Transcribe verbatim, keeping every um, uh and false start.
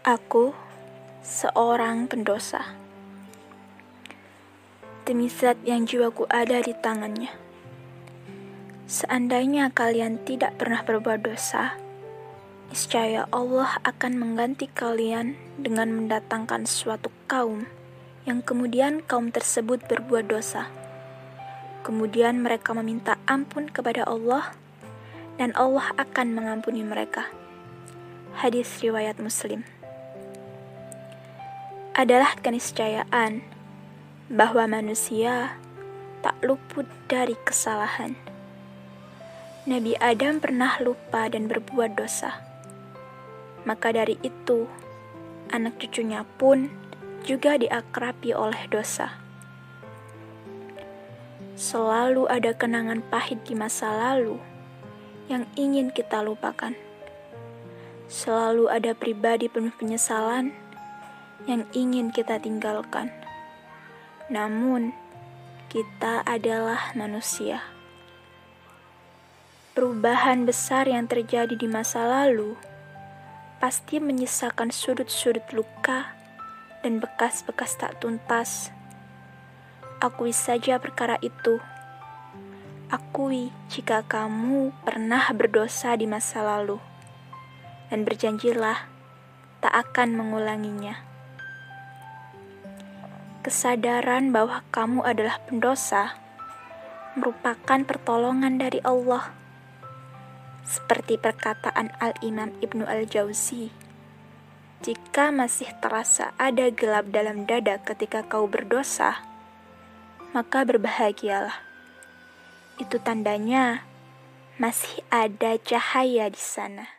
Aku seorang pendosa. Demi zat yang jiwaku ada di tangannya. Seandainya kalian tidak pernah berbuat dosa, niscaya Allah akan mengganti kalian dengan mendatangkan suatu kaum yang kemudian kaum tersebut berbuat dosa. Kemudian mereka meminta ampun kepada Allah dan Allah akan mengampuni mereka. Hadis riwayat Muslim. Adalah keniscayaan bahwa manusia tak luput dari kesalahan. Nabi Adam pernah lupa dan berbuat dosa. Maka dari itu, anak cucunya pun juga diakrabi oleh dosa. Selalu ada kenangan pahit di masa lalu yang ingin kita lupakan. Selalu ada pribadi penuh penyesalan yang ingin kita tinggalkan. Namun, kita adalah manusia. Perubahan besar yang terjadi di masa lalu pasti menyisakan sudut-sudut luka dan bekas-bekas tak tuntas. Akui saja perkara itu. Akui jika kamu pernah berdosa di masa lalu, dan berjanjilah tak akan mengulanginya. Kesadaran bahwa kamu adalah pendosa merupakan pertolongan dari Allah. Seperti perkataan Al-Imam Ibnu Al-Jauzi, jika masih terasa ada gelap dalam dada ketika kau berdosa, maka berbahagialah. Itu tandanya masih ada cahaya di sana.